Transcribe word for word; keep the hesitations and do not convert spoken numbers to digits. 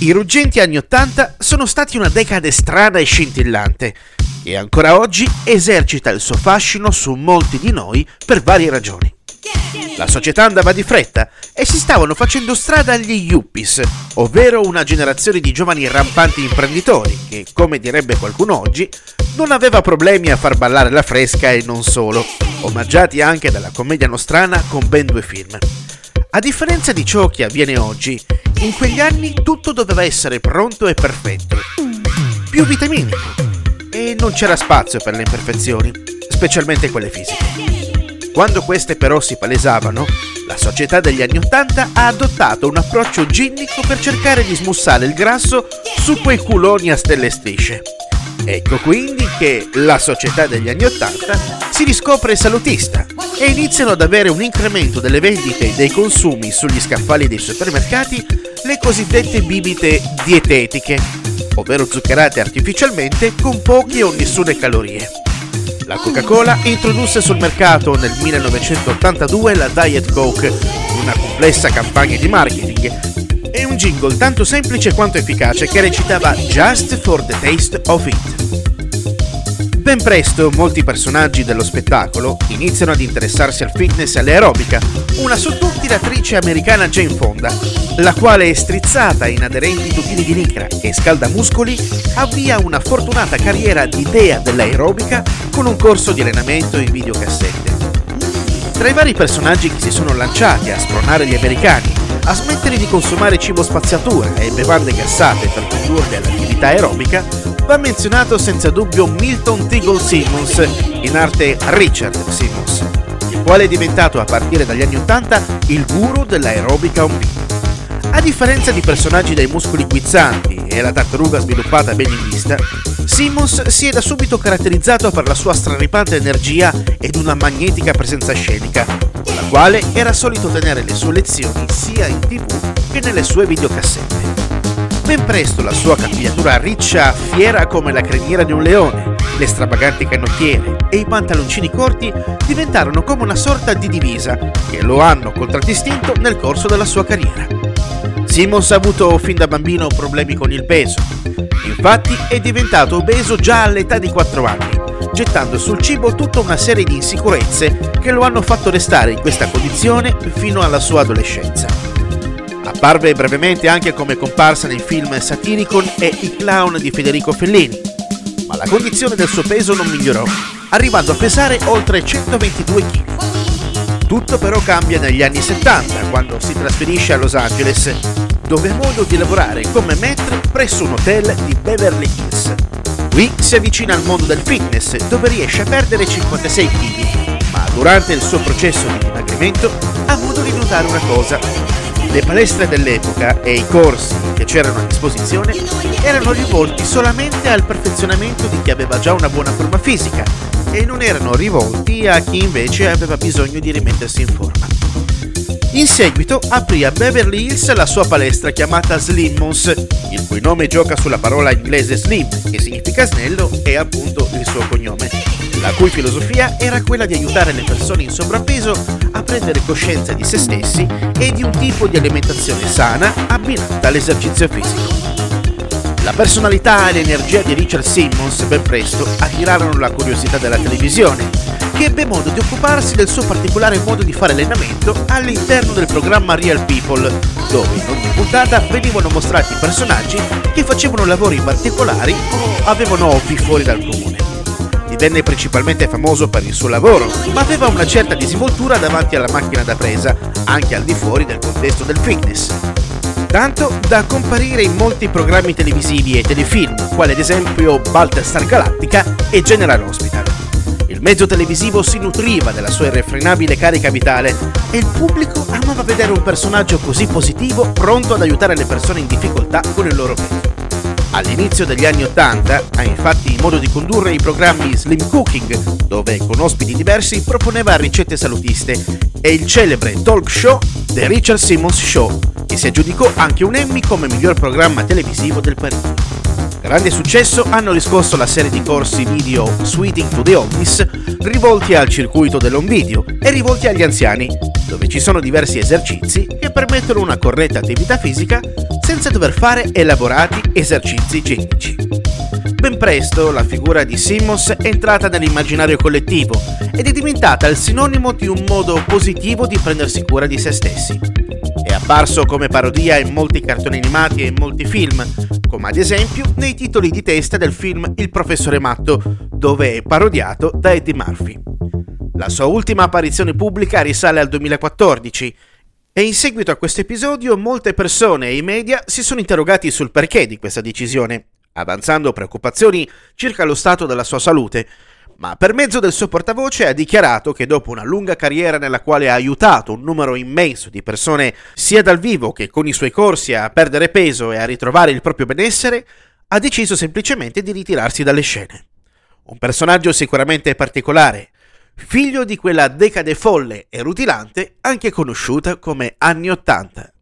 I ruggenti anni ottanta sono stati una decade strana e scintillante e ancora oggi esercita il suo fascino su molti di noi per varie ragioni. La società andava di fretta e si stavano facendo strada gli yuppies, ovvero una generazione di giovani rampanti imprenditori che, come direbbe qualcuno oggi, non aveva problemi a far ballare la fresca e non solo, omaggiati anche dalla commedia nostrana con ben due film. A differenza di ciò che avviene oggi, in quegli anni tutto doveva essere pronto e perfetto, più vitaminico, e non c'era spazio per le imperfezioni, specialmente quelle fisiche. Quando queste però si palesavano, la società degli anni ottanta ha adottato un approccio ginnico per cercare di smussare il grasso su quei culoni a stelle e strisce. Ecco quindi che la società degli anni ottanta si riscopre salutista e iniziano ad avere un incremento delle vendite e dei consumi sugli scaffali dei supermercati le cosiddette bibite dietetiche, ovvero zuccherate artificialmente con poche o nessune calorie. La Coca-Cola introdusse sul mercato nel millenovecentottantadue la Diet Coke, una complessa campagna di marketing e un jingle tanto semplice quanto efficace che recitava "Just for the taste of it". Ben presto molti personaggi dello spettacolo iniziano ad interessarsi al fitness e all'aerobica, una su tutti l'attrice americana Jane Fonda, la quale, strizzata in aderenti tutini di licra e scaldamuscoli, avvia una fortunata carriera di dea dell'aerobica con un corso di allenamento in videocassette. Tra i vari personaggi che si sono lanciati a spronare gli americani a smettere di consumare cibo spazzatura e bevande gassate per condurli all'attività aerobica, va menzionato senza dubbio Milton Teagle Simmons, in arte Richard Simmons, il quale è diventato a partire dagli anni ottanta il guru dell'aerobica on beat. A differenza di personaggi dai muscoli guizzanti e la tartaruga sviluppata ben in vista, Simmons si è da subito caratterizzato per la sua straripante energia ed una magnetica presenza scenica, con la quale era solito tenere le sue lezioni sia in tv che nelle sue videocassette. Ben presto la sua capigliatura riccia, fiera come la criniera di un leone, le stravaganti canottiere e i pantaloncini corti diventarono come una sorta di divisa che lo hanno contraddistinto nel corso della sua carriera. Simmons ha avuto fin da bambino problemi con il peso, infatti è diventato obeso già all'età di quattro anni, gettando sul cibo tutta una serie di insicurezze che lo hanno fatto restare in questa condizione fino alla sua adolescenza. Apparve brevemente anche come comparsa nei film Satiricon e I clown di Federico Fellini, ma la condizione del suo peso non migliorò, arrivando a pesare oltre centoventidue chili. Tutto però cambia negli anni settanta, quando si trasferisce a Los Angeles, dove ha modo di lavorare come maître presso un hotel di Beverly Hills. Qui si avvicina al mondo del fitness, dove riesce a perdere cinquantasei chili, ma durante il suo processo di dimagrimento ha modo di notare una cosa: le palestre dell'epoca e i corsi che c'erano a disposizione erano rivolti solamente al perfezionamento di chi aveva già una buona forma fisica e non erano rivolti a chi invece aveva bisogno di rimettersi in forma. In seguito aprì a Beverly Hills la sua palestra chiamata Slimmons, il cui nome gioca sulla parola inglese slim, che significa snello e appunto il suo cognome, la cui filosofia era quella di aiutare le persone in sovrappeso a prendere coscienza di se stessi e di un tipo di alimentazione sana abbinata all'esercizio fisico. La personalità e l'energia di Richard Simmons ben presto attirarono la curiosità della televisione, che ebbe modo di occuparsi del suo particolare modo di fare allenamento all'interno del programma Real People, dove in ogni puntata venivano mostrati personaggi che facevano lavori particolari o avevano hobby fuori dal comune. Divenne principalmente famoso per il suo lavoro, ma aveva una certa disinvoltura davanti alla macchina da presa, anche al di fuori del contesto del fitness. Tanto da comparire in molti programmi televisivi e telefilm, quali ad esempio Battlestar Galactica e General Hospital. Il mezzo televisivo si nutriva della sua irrefrenabile carica vitale e il pubblico amava vedere un personaggio così positivo pronto ad aiutare le persone in difficoltà con il loro peso. All'inizio degli anni ottanta ha infatti modo di condurre i programmi Slim Cooking, dove con ospiti diversi proponeva ricette salutiste, e il celebre talk show The Richard Simmons Show, che si aggiudicò anche un Emmy come miglior programma televisivo del periodo. Grande successo hanno riscosso la serie di corsi video Sweating to the Oldies, rivolti al circuito dell'home video e rivolti agli anziani, dove ci sono diversi esercizi che permettono una corretta attività fisica senza dover fare elaborati esercizi igienici. Ben presto la figura di Simmons è entrata nell'immaginario collettivo ed è diventata il sinonimo di un modo positivo di prendersi cura di se stessi. È apparso come parodia in molti cartoni animati e in molti film, come ad esempio nei titoli di testa del film Il professore matto, dove è parodiato da Eddie Murphy. La sua ultima apparizione pubblica risale al duemilaquattordici e in seguito a questo episodio molte persone e i media si sono interrogati sul perché di questa decisione, avanzando preoccupazioni circa lo stato della sua salute, ma per mezzo del suo portavoce ha dichiarato che dopo una lunga carriera nella quale ha aiutato un numero immenso di persone sia dal vivo che con i suoi corsi a perdere peso e a ritrovare il proprio benessere, ha deciso semplicemente di ritirarsi dalle scene. Un personaggio sicuramente particolare, figlio di quella decade folle e rutilante anche conosciuta come anni ottanta.